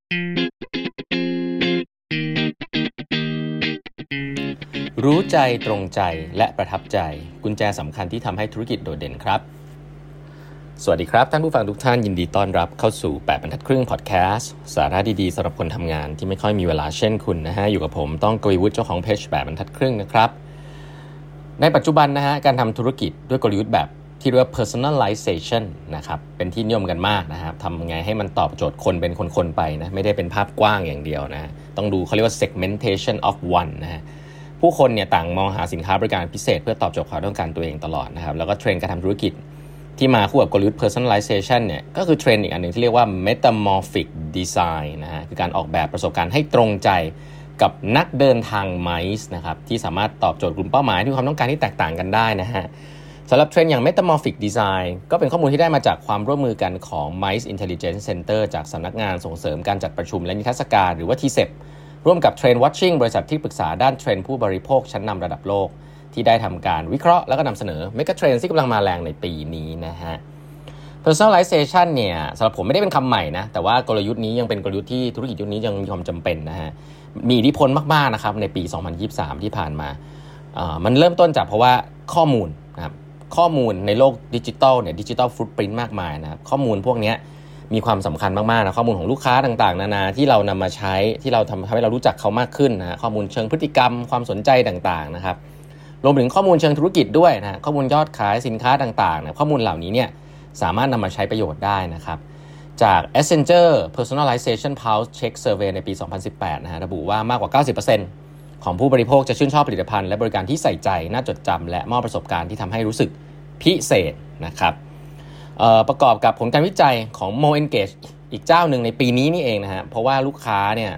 รู้ใจตรงใจและประทับใจกุญแจสำคัญที่ทำให้ธุรกิจโดดเด่นครับสวัสดีครับท่านผู้ฟังทุกท่านยินดีต้อนรับเข้าสู่8บรรทัดครึ่งพอดแคสต์สาระดีๆสำหรับคนทำงานที่ไม่ค่อยมีเวลาเช่นคุณนะฮะอยู่กับผมต้องกวีวุฒิเจ้าของเพจ8บรรทัดครึ่งนะครับในปัจจุบันนะฮะการทำธุรกิจด้วยกลยุทธ์แบบที่เรียกว่า personalization นะครับเป็นที่นิยมกันมากนะครับทำไงให้มันตอบโจทย์คนเป็นคนๆไปนะไม่ได้เป็นภาพกว้างอย่างเดียวนะต้องดูเขาเรียกว่า segmentation of one นะฮะผู้คนเนี่ยต่างมองหาสินค้าบริการพิเศษเพื่อตอบโจทย์ความต้องการตัวเองตลอดนะครับแล้วก็เทรนด์การทำธุรกิจที่มาคู่กับกลยุทธ์ personalization เนี่ยก็คือเทรนด์อีกอันหนึ่งที่เรียกว่า metamorphic design นะฮะคือการออกแบบประสบการณ์ให้ตรงใจกับนักเดินทางไมซ์นะครับที่สามารถตอบโจทย์กลุ่มเป้าหมายที่มีความต้องการที่แตกต่างกันได้นะฮะสำหรับเทรนด์อย่าง metamorphic design ก็เป็นข้อมูลที่ได้มาจากความร่วมมือกันของ Mice Intelligence Center จากสำนักงานส่งเสริมการจัดประชุมและนิทรรศการหรือว่า TCEP ร่วมกับ Trend Watching บริษัทที่ปรึกษาด้านเทรนด์ผู้บริโภคชั้นนำระดับโลกที่ได้ทำการวิเคราะห์แล้วก็นำเสนอ Mega Trends ที่กำลังมาแรงในปีนี้นะฮะ personalization เนี่ยสำหรับผมไม่ได้เป็นคำใหม่นะแต่ว่ากลยุทธ์นี้ยังเป็นกลยุทธ์ที่ธุรกิจยุคนี้ยังมีความจำเป็นนะฮะมีอิทธิพลมากๆนะครับในปี 2023 ที่ผ่านมามันเริ่มต้นจากเพราะว่าข้อมูลนะครับข้อมูลในโลกดิจิทัลเนี่ยดิจิทัลฟุตปรินต์มากมายนะครับข้อมูลพวกนี้มีความสำคัญมากๆนะข้อมูลของลูกค้าต่างๆนานาที่เรานำมาใช้ที่เราทำให้เรารู้จักเขามากขึ้นนะข้อมูลเชิงพฤติกรรมความสนใจต่างๆนะครับรวมถึงข้อมูลเชิงธุรกิจด้วยนะข้อมูลยอดขายสินค้าต่างๆนะข้อมูลเหล่านี้เนี่ยสามารถนำมาใช้ประโยชน์ได้นะครับจาก Accenture Personalization Pulse Check Survey ในปี 2018 นะฮะระบุว่ามากกว่า 90% ของผู้บริโภคจะชื่นชอบผลิตภัณฑ์และบริการที่ใส่ใจน่าจดจำและมอบประสบการณ์ที่ทำให้รู้สึกพิเศษนะครับประกอบกับผลการวิจัยของ Mo Engage อีกเจ้าหนึ่งในปีนี้นี่เองนะฮะเพราะว่าลูกค้าเนี่ย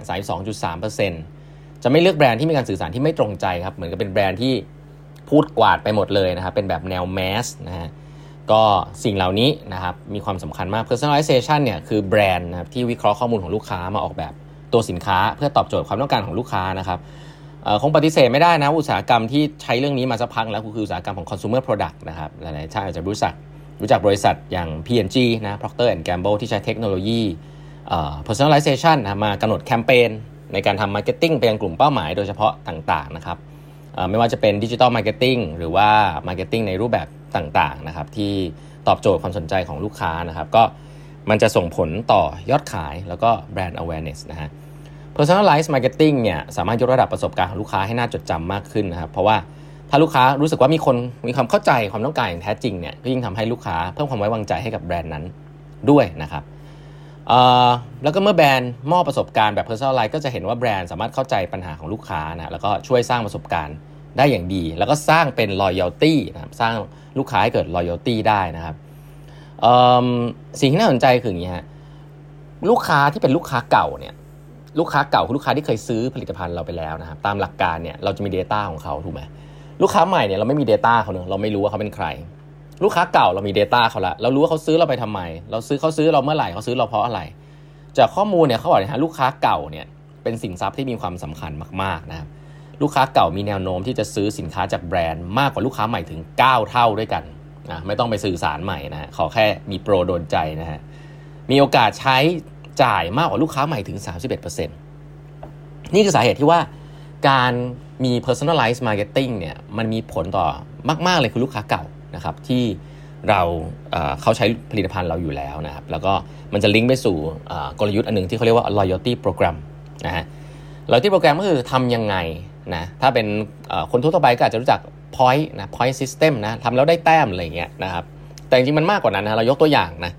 32.3% จะไม่เลือกแบรนด์ที่มีการสื่อสารที่ไม่ตรงใจครับเหมือนกับเป็นแบรนด์ที่พูดกวาดไปหมดเลยนะครับเป็นแบบแนวแมสนะฮะก็สิ่งเหล่านี้นะครับมีความสำคัญมาก personalization เนี่ยคือแบรนด์นะครับที่วิเคราะห์ข้อมูลของลูกค้ามาออกแบบตัวสินค้าเพื่อตอบโจทย์ความต้องการของลูกค้านะครับคงปฏิเสธไม่ได้นะอุตสาหกรรมที่ใช้เรื่องนี้มาสักพักแล้วคืออุตสาหกรรมของ consumer product นะครับหลายๆท่านอาจจะรู้จักบริษัทอย่าง P&G นะ Procter and Gamble ที่ใช้เทคโนโลยีpersonalization นะมากำหนดแคมเปญในการทำ marketing ไปยังกลุ่มเป้าหมายโดยเฉพาะต่างๆนะครับไม่ว่าจะเป็น digital marketing หรือว่า marketing ในรูปแบบต่างๆนะครับที่ตอบโจทย์ความสนใจของลูกค้านะครับก็มันจะส่งผลต่อยอดขายแล้วก็ brand awareness นะฮะ personalized marketing เนี่ยสามารถยกระดับประสบการณ์ของลูกค้าให้น่าจดจำมากขึ้นนะครับเพราะว่าถ้าลูกค้ารู้สึกว่ามีความเข้าใจความต้องการอย่างแท้จริงเนี่ยก็ยิ่งทำให้ลูกค้าเพิ่มความไว้วางใจให้กับแบรนด์นั้นด้วยนะครับแล้วก็เมื่อแบรนด์มอบประสบการณ์แบบ personalized ก็จะเห็นว่าแบรนด์สามารถเข้าใจปัญหาของลูกค้านะแล้วก็ช่วยสร้างประสบการณ์ได้อย่างดีแล้วก็สร้างเป็น loyalty นะครับสร้างลูกค้าให้เกิด loyalty ได้นะครับสิ่งที่น่าสนใจคืออย่างนี้ฮะลูกค้าที่เป็นลูกค้าเก่าเนี่ยลูกค้าเก่าคือลูกค้าที่เคยซื้อผลิตภัณฑ์เราไปแล้วนะครับตามหลักการเนี่ยเราจะมี data ของเขาถูกไหมลูกค้าใหม่เนี่ยเราไม่มี data เขาเนอะเราไม่รู้ว่าเขาเป็นใครลูกค้าเก่าเรามี data เขาละเรารู้ว่าเขาซื้อเราไปทำไมเขาซื้อเราเมื่อไหร่เขาซื้อเราเพราะอะไรจากข้อมูลเนี่ยเขาบอกนะฮะลูกค้าเก่าเนี่ยเป็นสินทรัพย์ที่มีความสำคัญมากๆนะครับลูกค้าเก่ามีแนวโน้มที่จะซื้อสินค้าจากแบรนด์มากกว่าลูกค้าใหม่ถึง9เท่าด้วยกันนะไม่ต้องไปสื่อสารใหม่นะขอแค่มีโปรโดนใจนะฮะมีโอกาสใช้จ่ายมากกว่าลูกค้าใหม่ถึง 31% นี่คือสาเหตุที่ว่าการมี personalized marketing เนี่ยมันมีผลต่อมากๆเลยคือลูกค้าเก่านะครับที่เขาใช้ผลิตภัณฑ์เราอยู่แล้วนะครับแล้วก็มันจะลิงก์ไปสู่กลยุทธ์อันนึงที่เขาเรียกว่า loyalty program นะฮะ loyalty program ก็คือทำยังไงนะถ้าเป็นคนทั่วไปก็อาจจะรู้จัก point system นะทำแล้วได้แต้มอะไรอย่างเงี้ยนะครับแต่จริงๆมันมากกว่านั้นนะเรายกตัวอย่างนะ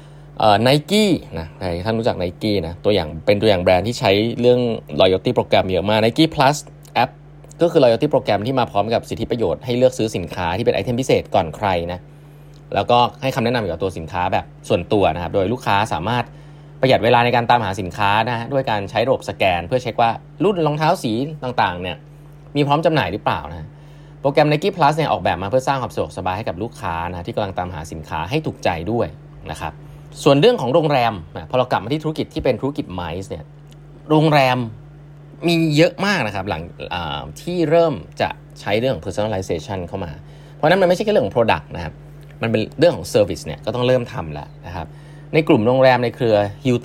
Nike นะใครท่านรู้จัก Nike นะเป็นตัวอย่างแบรนด์ที่ใช้เรื่อง loyalty program เยอะมาก Nike Plus แอปก็คือ loyalty program ที่มาพร้อมกับสิทธิประโยชน์ให้เลือกซื้อสินค้าที่เป็นไอเทมพิเศษก่อนใครนะแล้วก็ให้คำแนะนำเกี่ยวกับตัวสินค้าแบบส่วนตัวนะครับโดยลูกค้าสามารถประหยัดเวลาในการตามหาสินค้านะด้วยการใช้ระบบสแกนเพื่อเช็คว่ารุ่นรองเท้าสีต่างๆเนี่ยมีพร้อมจำหน่ายหรือเปล่านะโปรแกรม Nike Plus เนี่ยออกแบบมาเพื่อสร้างความสะดวกสบายให้กับลูกค้านะที่กำลังตามหาสินค้าให้ถูกใจด้วยนะครับส่วนเรื่องของโรงแรมพอเรากลับมาที่ธุรกิจที่เป็นธุรกิจไมซ์เนี่ยโรงแรมมีเยอะมากนะครับหลังที่เริ่มจะใช้เรื่องของ personalization เข้ามาเพราะนั้นมันไม่ใช่แค่เรื่องของ product นะครับมันเป็นเรื่องของ service เนี่ยก็ต้องเริ่มทำแล้วนะครับในกลุ่มโรงแรมในเครือ Hilton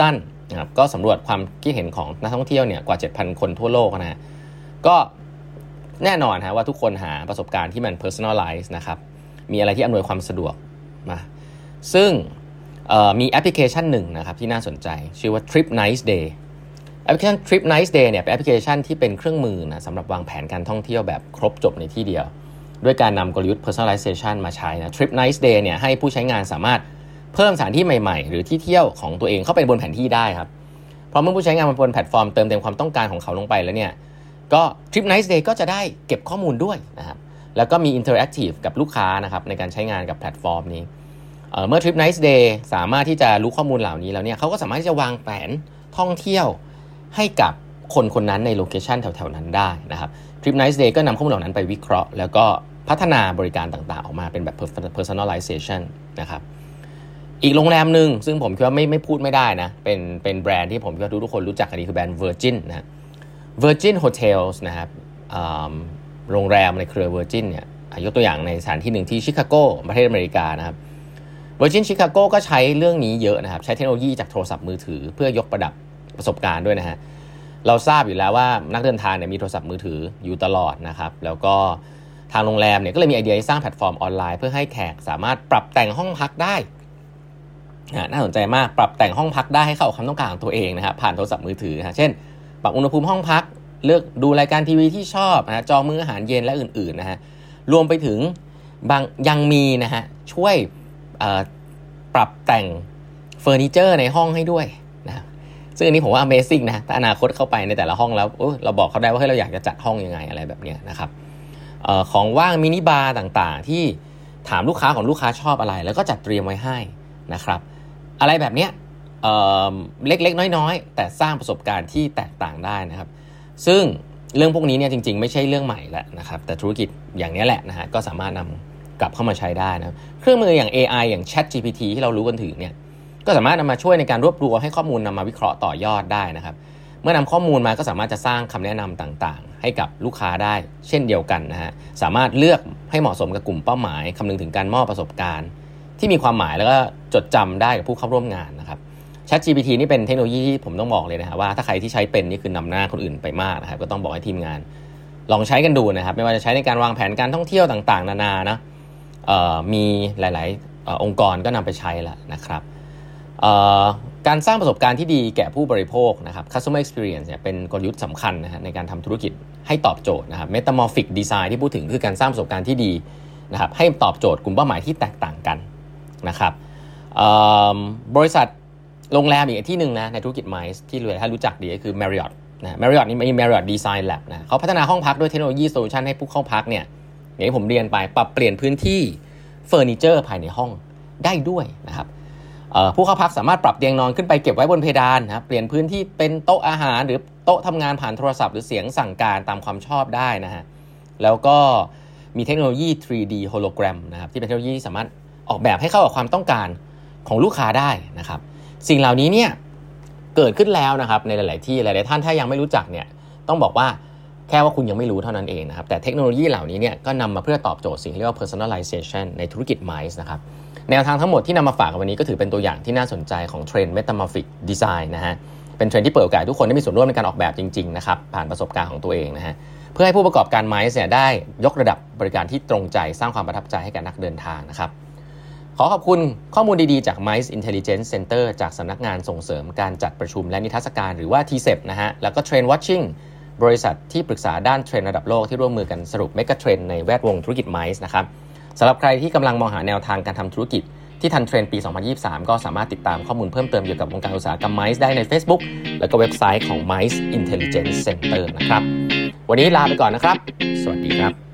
นะครับก็สำรวจความคิดเห็นของนักท่องเที่ยวเนี่ยกว่า 7,000 คนทั่วโลกนะฮะก็แน่นอนฮะว่าทุกคนหาประสบการณ์ที่มัน personalize นะครับมีอะไรที่อำนวยความสะดวกมาซึ่งมีแอปพลิเคชันหนึ่งนะครับที่น่าสนใจชื่อว่า Trip Nice Day แอปพลิเคชัน Trip Nice Day เนี่ยเป็นแอปพลิเคชันที่เป็นเครื่องมือนะสำหรับวางแผนการท่องเที่ยวแบบครบจบในที่เดียวด้วยการนำกลยุทธ์ personalization มาใช้นะ Trip Nice Day เนี่ยให้ผู้ใช้งานสามารถเพิ่มสถานที่ใหม่ๆหรือที่เที่ยวของตัวเองเข้าไปบนแผนที่ได้ครับเพราะเมื่อผู้ใช้งานบนแพลตฟอร์มเติมเต็มความต้องการของเขาลงไปแล้วเนี่ยก็ Trip Nice Day ก็จะได้เก็บข้อมูลด้วยนะครับแล้วก็มี interactive กับลูกค้านะครับในการใช้งานกับแพลตฟอร์มนี้เมื่อ Trip Nice Day สามารถที่จะรู้ข้อมูลเหล่านี้แล้วเนี่ยเขาก็สามารถที่จะวางแผนท่องเที่ยวให้กับคนนั้นในโลเคชันแถวๆนั้นได้นะครับ Trip Nice Day ก็นำข้อมูลเหล่านั้นไปวิเคราะห์แล้วก็พัฒนาบริการต่างๆออกมาเป็นแบบ personalization นะครับอีกโรงแรมหนึ่งซึ่งผมคิดว่าไม่พูดไม่ได้นะเป็นแบรนด์ที่ผมคิดว่าทุกคนรู้จักกันดีคือแบรนด์ Virgin นะ Virgin Hotels นะครับโรงแรมในเครือ Virgin เนี่ยยกตัวอย่างในสถานที่หนึ่งที่ชิคาโกประเทศอเมริกานะครับ Virgin Chicago ก็ใช้เรื่องนี้เยอะนะครับใช้เทคโนโลยีจากโทรศัพท์มือถือเพื่อยกระดับประสบการณ์ด้วยนะฮะเราทราบอยู่แล้วว่านักเดินทางเนี่ยมีโทรศัพท์มือถืออยู่ตลอดนะครับแล้วก็ทางโรงแรมเนี่ยก็เลยมีไอเดียสร้างแพลตฟอร์มออนไลน์เพื่อให้แขกสามารถปรับแต่งห้องพักได้น่าสนใจมากปรับแต่งห้องพักได้ให้เข้ากับความต้องการของตัวเองนะครับผ่านโทรศัพท์มือถือเช่นปรับอุณหภูมิห้องพักเลือกดูรายการทีวีที่ชอบนะจองมื้ออาหารเย็นและอื่นๆนะฮะรวมไปถึงยังมีนะฮะช่วยปรับแต่งเฟอร์นิเจอร์ในห้องให้ด้วยนะซึ่งอันนี้ผมว่า Amazing นะถ้าอนาคตเข้าไปในแต่ละห้องแล้วเราบอกเขาได้ว่าเราอยากจะจัดห้องยังไงอะไรแบบนี้นะครับของว่างมินิบาร์ต่างๆที่ถามลูกค้าของลูกค้าชอบอะไรแล้วก็จัดเตรียมไว้ให้นะครับอะไรแบบนี้เล็กๆน้อยๆแต่สร้างประสบการณ์ที่แตกต่างได้นะครับซึ่งเรื่องพวกนี้เนี่ยจริงๆไม่ใช่เรื่องใหม่แหละนะครับแต่ธุรกิจอย่างนี้แหละนะฮะก็สามารถนำกลับเข้ามาใช้ได้นะเครื่องมืออย่าง AI อย่าง ChatGPT ที่เรารู้กันถึงเนี่ยก็สามารถนำมาช่วยในการรวบรวมให้ข้อมูลนำมาวิเคราะห์ต่อยอดได้นะครับเมื่อนำข้อมูลมาก็สามารถจะสร้างคำแนะนำต่างๆให้กับลูกค้าได้เช่นเดียวกันนะฮะสามารถเลือกให้เหมาะสมกับกลุ่มเป้าหมายคำนึงถึงการมอบประสบการณ์ที่มีความหมายแล้วก็จดจำได้กับผู้เข้าร่วมงานนะครับ ChatGPT นี่เป็นเทคโนโลยีที่ผมต้องบอกเลยนะฮะว่าถ้าใครที่ใช้เป็นนี่คือนำหน้าคนอื่นไปมากนะครับก็ต้องบอกให้ทีมงานลองใช้กันดูนะครับไม่ว่าจะใช้ในการวางแผนการท่องเที่ยวต่างๆนานานะมีหลายๆองค์กรก็นำไปใช้แล้วนะครับการสร้างประสบการณ์ที่ดีแก่ผู้บริโภคนะครับ customer experience เนี่ยเป็นกลยุทธ์สำคัญนะฮะในการทำธุรกิจให้ตอบโจทย์นะครับ metamorphic design ที่พูดถึงคือการสร้างประสบการณ์ที่ดีนะครับให้ตอบโจทย์กลุ่มเป้าหมายที่แตกต่างกันนะครับบริษัทโรงแรมอีกที่หนึ่งนะในธุรกิจ MICE ที่ถ้ารู้จักดีก็คือ Marriott นะ Marriott นี่มี Marriott Design Lab นะเขาพัฒนาห้องพักด้วยเทคโนโลยีโซลูชันให้ผู้เข้าพักเนี่ยอย่างที่ผมเรียนไปปรับเปลี่ยนพื้นที่เฟอร์นิเจอร์ภายในห้องได้ด้วยนะครับผู้เข้าพักสามารถปรับเตียงนอนขึ้นไปเก็บไว้บนเพดานนะครับเปลี่ยนพื้นที่เป็นโต๊ะอาหารหรือโต๊ะทำงานผ่านโทรศัพท์หรือเสียงสั่งการตามความชอบได้นะฮะแล้วก็มีเทคโนโลยี 3D hologram นะครับที่เป็นเทคโนโลยีที่สามารถออกแบบให้เข้ากับความต้องการของลูกค้าได้นะครับสิ่งเหล่านี้เนี่ยเกิดขึ้นแล้วนะครับในหลายๆที่หลายๆท่านถ้ายังไม่รู้จักเนี่ยต้องบอกว่าแค่ว่าคุณยังไม่รู้เท่านั้นเองนะครับแต่เทคโนโลยีเหล่านี้เนี่ยก็นำมาเพื่อตอบโจทย์สิ่งที่เรียกว่า personalization ในธุรกิจ MICE นะครับแนวทางทั้งหมดที่นำมาฝากกันวันนี้ก็ถือเป็นตัวอย่างที่น่าสนใจของเทรนด์ metamorphic design นะฮะเป็นเทรนด์ที่เปิดโอกาสทุกคนได้มีส่วนร่วมในการออกแบบจริงๆนะครับผ่านประสบการณ์ของตัวเองนะฮะเพื่อให้ผู้ประกอบการ MICE เนี่ยได้ยกระดับบริการที่ตรงใจสร้างความประทับใจให้กับนักเดินทางนะครับขอขอบคุณข้อมูลดีๆจาก MICE Intelligence Center จากสำนักงานส่งเสริมการจัดประชุมและนิทรรศการหรือว่า TCEP นะฮะแล้วก็ Trend Watching บริษัทที่ปรึกษาด้านเทรนด์ระดับโลกที่ร่วมมือกันสรุปเมกะเทรนด์ในแวดวงธุรกิจ MICE นะครับสำหรับใครที่กำลังมองหาแนวทางการทำธุรกิจที่ทันเทรนด์ปี 2023 ก็สามารถติดตามข้อมูลเพิ่มเติมเกี่ยวกับวงการอุตสาหกรรม MICE ได้ใน Facebook แล้วก็เว็บไซต์ของ MICE Intelligence Center นะครับวันนี้ลาไปก่อนนะครับสวัสดีครับ